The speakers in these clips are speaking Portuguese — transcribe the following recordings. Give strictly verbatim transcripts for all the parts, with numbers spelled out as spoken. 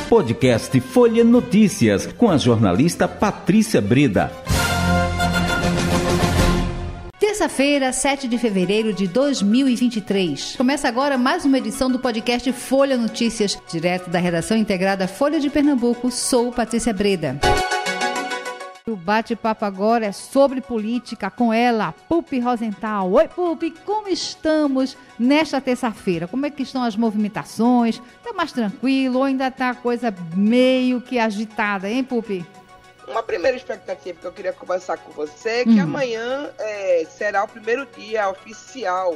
Podcast Folha Notícias, com a jornalista Patrícia Breda. Terça-feira, sete de fevereiro de dois mil e vinte e três. Começa agora mais uma edição do podcast Folha Notícias, direto da redação integrada Folha de Pernambuco. Sou Patrícia Breda. O bate-papo agora é sobre política com ela, Pupi Rosenthal. Oi, Pupi, como estamos nesta terça-feira? Como é que estão as movimentações? Está mais tranquilo ou ainda está a coisa meio que agitada, hein, Pupi? Uma primeira expectativa que eu queria conversar com você é que hum. amanhã é, será o primeiro dia oficial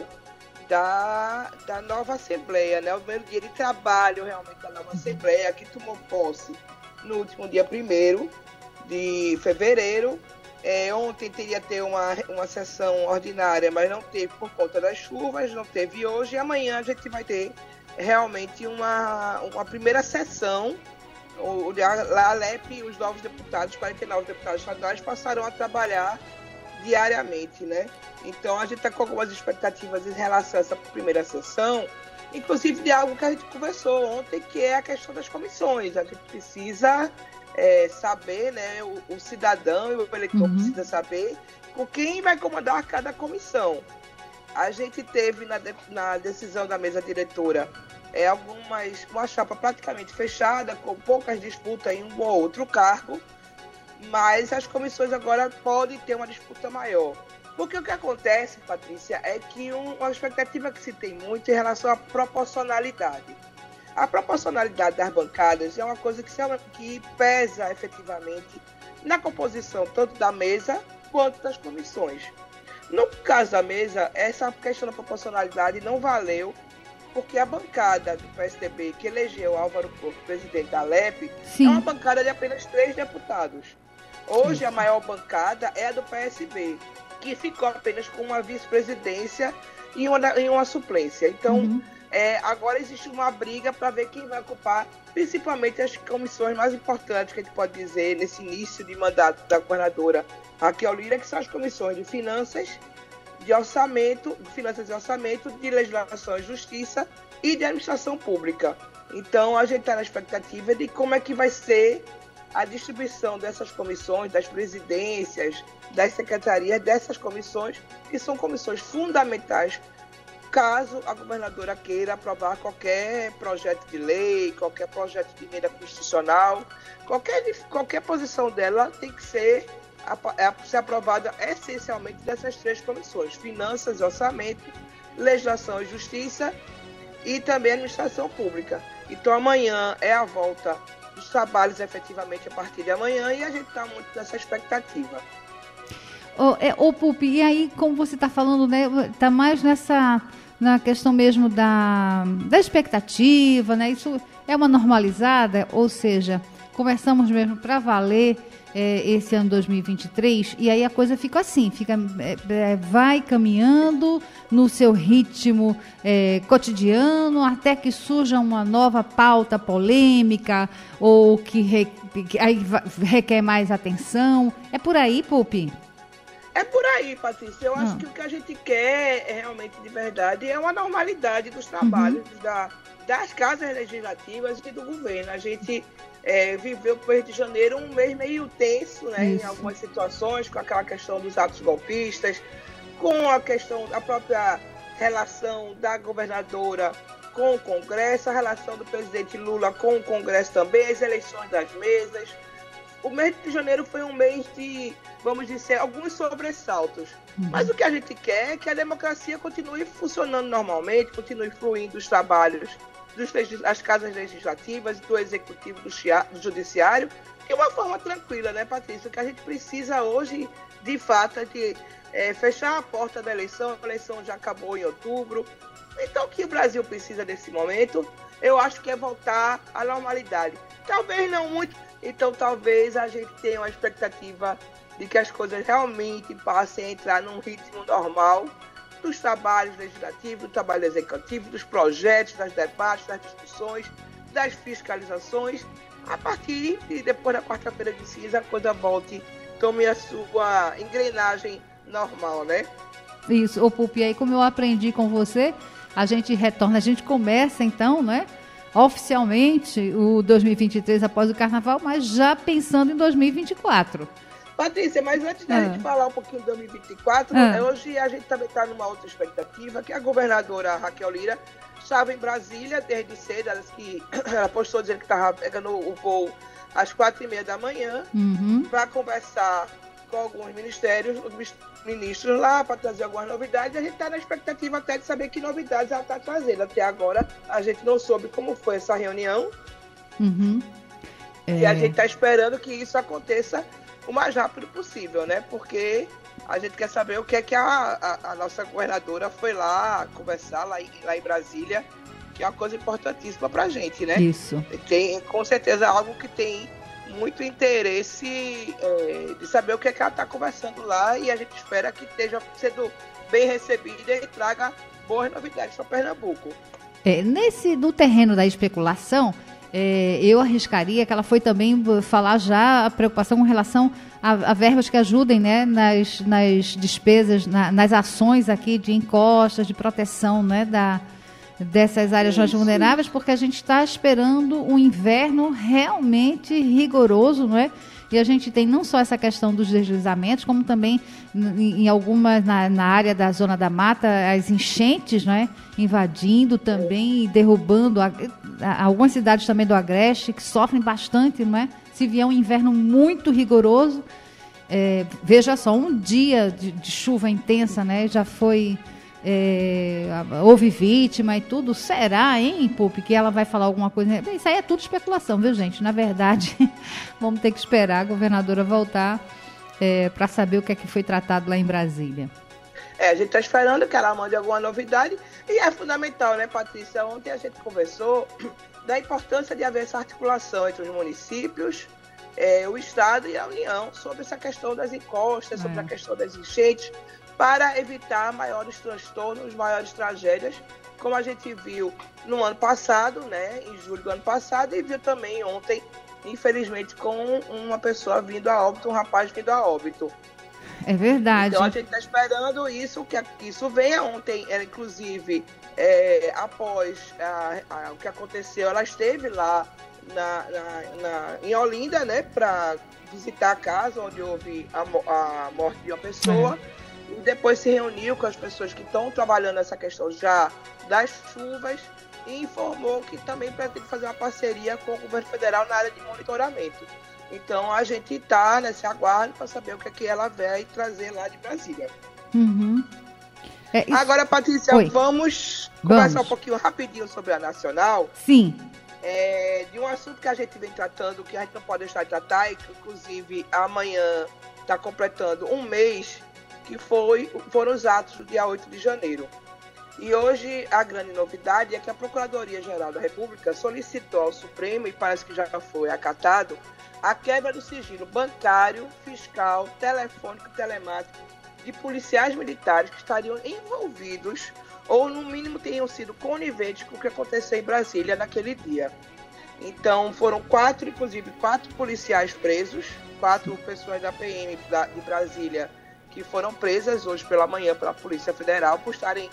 da, da nova Assembleia, né? O primeiro dia de trabalho realmente da nova Assembleia, que tomou posse no último dia primeiro de fevereiro. É, ontem teria ter uma, uma sessão ordinária, mas não teve por conta das chuvas, não teve hoje. E amanhã a gente vai ter realmente uma, uma primeira sessão. O, a Alep, os novos deputados, quarenta e nove deputados estaduais, passaram a trabalhar diariamente, né? Então a gente está com algumas expectativas em relação a essa primeira sessão, inclusive de algo que a gente conversou ontem, que é a questão das comissões. A gente precisa é, saber, né? O, o cidadão e o eleitor uhum. precisa saber com quem vai comandar cada comissão. A gente teve na, de, na decisão da mesa diretora É, algumas, uma chapa praticamente fechada, com poucas disputas em um ou outro cargo, mas as comissões agora podem ter uma disputa maior. Porque o que acontece, Patrícia, é que um, uma expectativa que se tem muito em relação à proporcionalidade. A proporcionalidade das bancadas é uma coisa que, se, que pesa efetivamente na composição tanto da mesa quanto das comissões. No caso da mesa, essa questão da proporcionalidade não valeu, porque a bancada do P S D B, que elegeu Álvaro Porto, presidente da Alep, Sim. é uma bancada de apenas três deputados. Hoje, Sim. a maior bancada é a do P S B, que ficou apenas com uma vice-presidência e uma, e uma suplência. Então, uhum. é, agora existe uma briga para ver quem vai ocupar, principalmente as comissões mais importantes, que a gente pode dizer, nesse início de mandato da governadora Raquel Lira, que são as comissões de finanças, de orçamento, de finanças e orçamento, de legislação e justiça e de administração pública. Então, a gente está na expectativa de como é que vai ser a distribuição dessas comissões, das presidências, das secretarias dessas comissões, que são comissões fundamentais, caso a governadora queira aprovar qualquer projeto de lei, qualquer projeto de emenda constitucional, qualquer, qualquer posição dela tem que ser é ser aprovada essencialmente dessas três comissões: finanças e orçamento, legislação e justiça e também administração pública. Então amanhã é a volta dos trabalhos efetivamente a partir de amanhã e a gente está muito nessa expectativa. Ô, é, ô Pupi, e aí, como você está falando, né, está mais nessa, na questão mesmo da, da expectativa, né? Isso é uma normalizada, ou seja, conversamos mesmo para valer É, esse ano dois mil e vinte e três, e aí a coisa fica assim, fica, é, vai caminhando no seu ritmo é, cotidiano, até que surja uma nova pauta polêmica, ou que, re, que aí requer mais atenção. É por aí, Pupi? É por aí, Patrícia. Eu acho hum. que o que a gente quer, é, realmente, de verdade, é uma normalidade dos trabalhos uhum. da, das casas legislativas e do governo. A gente É, viveu o mês de janeiro um mês meio tenso, né, em algumas situações, com aquela questão dos atos golpistas, com a questão da própria relação da governadora com o Congresso, a relação do presidente Lula com o Congresso também, as eleições das mesas. O mês de janeiro foi um mês de, vamos dizer, alguns sobressaltos. Uhum. Mas o que a gente quer é que a democracia continue funcionando normalmente, continue fluindo os trabalhos das casas legislativas, do executivo, do, chia, do judiciário, de uma forma tranquila, né, Patrícia? O que a gente precisa hoje, de fato, é de é, fechar a porta da eleição. A eleição já acabou em outubro. Então, o que o Brasil precisa nesse momento, eu acho que é voltar à normalidade. Talvez não muito, então talvez a gente tenha uma expectativa de que as coisas realmente passem a entrar num ritmo normal, dos trabalhos legislativos, do trabalho executivo, dos projetos, das debates, das discussões, das fiscalizações. A partir de depois da quarta-feira de cinza, a coisa volte, tome a sua engrenagem normal, né? Isso, ô Pupi, aí como eu aprendi com você, a gente retorna, a gente começa então, né, oficialmente o dois mil e vinte e três após o Carnaval, mas já pensando em dois mil e vinte e quatro. Patrícia, mas antes da ah. gente falar um pouquinho de dois mil e vinte e quatro, ah. hoje a gente também está numa outra expectativa, que a governadora Raquel Lira estava em Brasília desde cedo, ela, que, ela postou dizendo que estava pegando o voo às quatro e meia da manhã, uhum. para conversar com alguns ministérios, os ministros lá, para trazer algumas novidades. A gente está na expectativa até de saber que novidades ela está trazendo. Até agora, a gente não soube como foi essa reunião. Uhum. É... E a gente está esperando que isso aconteça o mais rápido possível, né? Porque a gente quer saber o que é que a, a, a nossa governadora foi lá conversar lá em, lá em Brasília, que é uma coisa importantíssima para a gente, né? Isso. Tem, com certeza, algo que tem muito interesse é, de saber o que é que ela está conversando lá, e a gente espera que esteja sendo bem recebida e traga boas novidades para Pernambuco. É, nesse, no terreno da especulação, é, eu arriscaria que ela foi também falar já a preocupação com relação a, a verbas que ajudem, né, nas, nas despesas, na, nas ações aqui de encostas, de proteção, né, da, dessas áreas mais vulneráveis, porque a gente está esperando um inverno realmente rigoroso, não é? E a gente tem não só essa questão dos deslizamentos, como também em algumas, na, na área da zona da mata, as enchentes, não é? Invadindo também e derrubando a, a, algumas cidades também do Agreste, que sofrem bastante, não é? Se vier um inverno muito rigoroso, é, veja só, um dia de, de chuva intensa, né? Já foi... É, houve vítima e tudo. Será, hein, Pupi, que ela vai falar alguma coisa? Isso aí é tudo especulação, viu, gente? Na verdade, vamos ter que esperar a governadora voltar é, para saber o que é que foi tratado lá em Brasília. É, a gente está esperando que ela mande alguma novidade, e é fundamental, né, Patrícia? Ontem a gente conversou da importância de haver essa articulação entre os municípios, é, o Estado e a União sobre essa questão das encostas, sobre é. a questão das enchentes, para evitar maiores transtornos, maiores tragédias, como a gente viu no ano passado, né, em julho do ano passado, e viu também ontem, infelizmente, com uma pessoa vindo a óbito, um rapaz vindo a óbito. É verdade. Então a gente está esperando isso, que, que isso venha. Ontem, ela, inclusive, é, após a, a, o que aconteceu, ela esteve lá na, na, na, em Olinda, né, para visitar a casa onde houve a, a morte de uma pessoa. É. E depois se reuniu com as pessoas que estão trabalhando nessa questão já das chuvas e informou que também pretende fazer uma parceria com o governo federal na área de monitoramento. Então a gente está nesse aguardo para saber o que é que ela vai trazer lá de Brasília. Uhum. É, isso... Agora, Patrícia, Oi. vamos, vamos conversar um pouquinho rapidinho sobre a Nacional. Sim. É, de um assunto que a gente vem tratando, que a gente não pode deixar de tratar, e que inclusive amanhã está completando um mês, que foi, foram os atos do dia oito de janeiro. E hoje a grande novidade é que a Procuradoria-Geral da República solicitou ao Supremo, e parece que já foi acatado, a quebra do sigilo bancário, fiscal, telefônico e telemático de policiais militares que estariam envolvidos ou, no mínimo, tenham sido coniventes com o que aconteceu em Brasília naquele dia. Então, foram quatro, inclusive, quatro policiais presos, quatro pessoas da P M de Brasília que foram presas hoje pela manhã pela Polícia Federal por estarem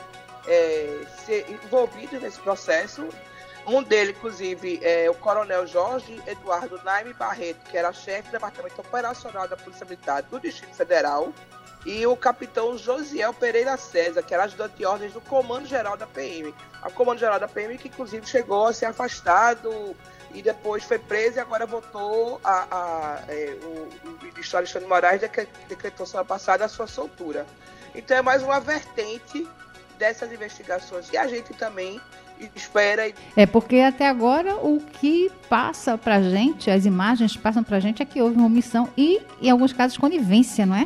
é, ser envolvidos nesse processo. Um deles, inclusive, é o coronel Jorge Eduardo Naime Barreto, que era chefe do Departamento Operacional da Polícia Militar do Distrito Federal, e o capitão Josiel Pereira César, que era ajudante de ordens do Comando Geral da P M. O Comando Geral da P M que, inclusive, chegou a ser afastado e depois foi preso, e agora voltou a, a, é, o, o ministro Alexandre de Moraes decretou semana passada a sua soltura. Então é mais uma vertente dessas investigações que a gente também espera. É porque até agora o que passa pra gente, as imagens passam pra gente é que houve uma omissão e, em alguns casos, conivência, não é?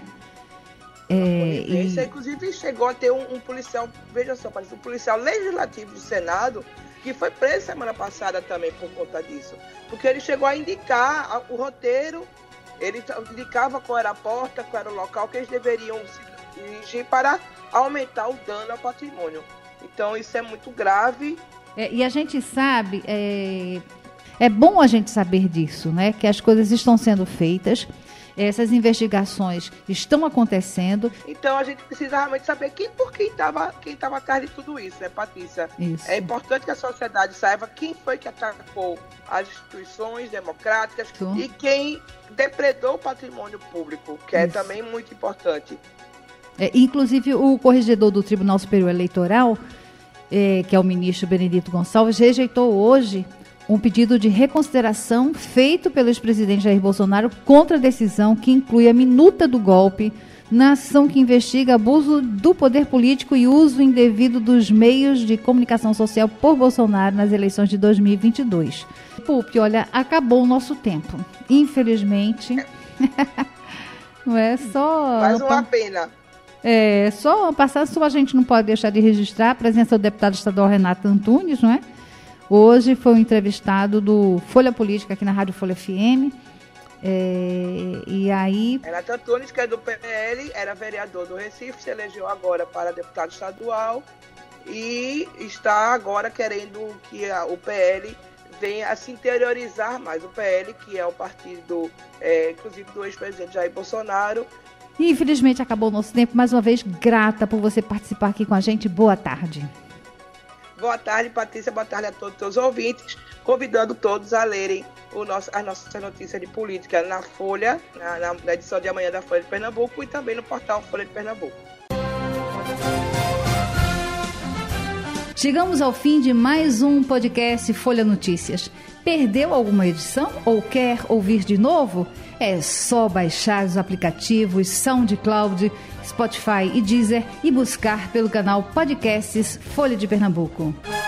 É, conivência, e... inclusive chegou a ter um, um policial, veja só, um policial legislativo do Senado que foi preso semana passada também por conta disso, porque ele chegou a indicar o roteiro, ele indicava qual era a porta, qual era o local que eles deveriam se dirigir para aumentar o dano ao patrimônio. Então isso é muito grave. É, e a gente sabe, é, é bom a gente saber disso, né? Que as coisas estão sendo feitas essas investigações estão acontecendo. Então a gente precisa realmente saber quem, por quem estava quem estava atrás de tudo isso, né, Patrícia? Isso. É importante que a sociedade saiba quem foi que atacou as instituições democráticas Sim. e quem depredou o patrimônio público, que é isso. também muito importante. É, inclusive, o corregedor do Tribunal Superior Eleitoral, é, que é o ministro Benedito Gonçalves, rejeitou hoje um pedido de reconsideração feito pelo ex-presidente Jair Bolsonaro contra a decisão que inclui a minuta do golpe na ação que investiga abuso do poder político e uso indevido dos meios de comunicação social por Bolsonaro nas eleições de dois mil e vinte e dois. Pupi, olha, acabou o nosso tempo. Infelizmente, não é só... Mais uma pena. É, só passar, só a gente não pode deixar de registrar a presença do deputado estadual Renato Antunes, não é? Hoje foi um entrevistado do Folha Política aqui na Rádio Folha F M. É, e aí... Renato Antunes, que é do P L, era vereador do Recife, se elegeu agora para deputado estadual e está agora querendo que a, o P L venha a se interiorizar mais. O P L, que é o partido, é, inclusive, do ex-presidente Jair Bolsonaro. E infelizmente acabou o nosso tempo. Mais uma vez, grata por você participar aqui com a gente. Boa tarde. Boa tarde, Patrícia. Boa tarde a todos os teus ouvintes. Convidando todos a lerem o nosso, as nossas notícias de política na Folha, na, na edição de amanhã da Folha de Pernambuco e também no portal Folha de Pernambuco. Chegamos ao fim de mais um podcast Folha Notícias. Perdeu alguma edição ou quer ouvir de novo? É só baixar os aplicativos SoundCloud, Spotify e Deezer e buscar pelo canal Podcasts Folha de Pernambuco.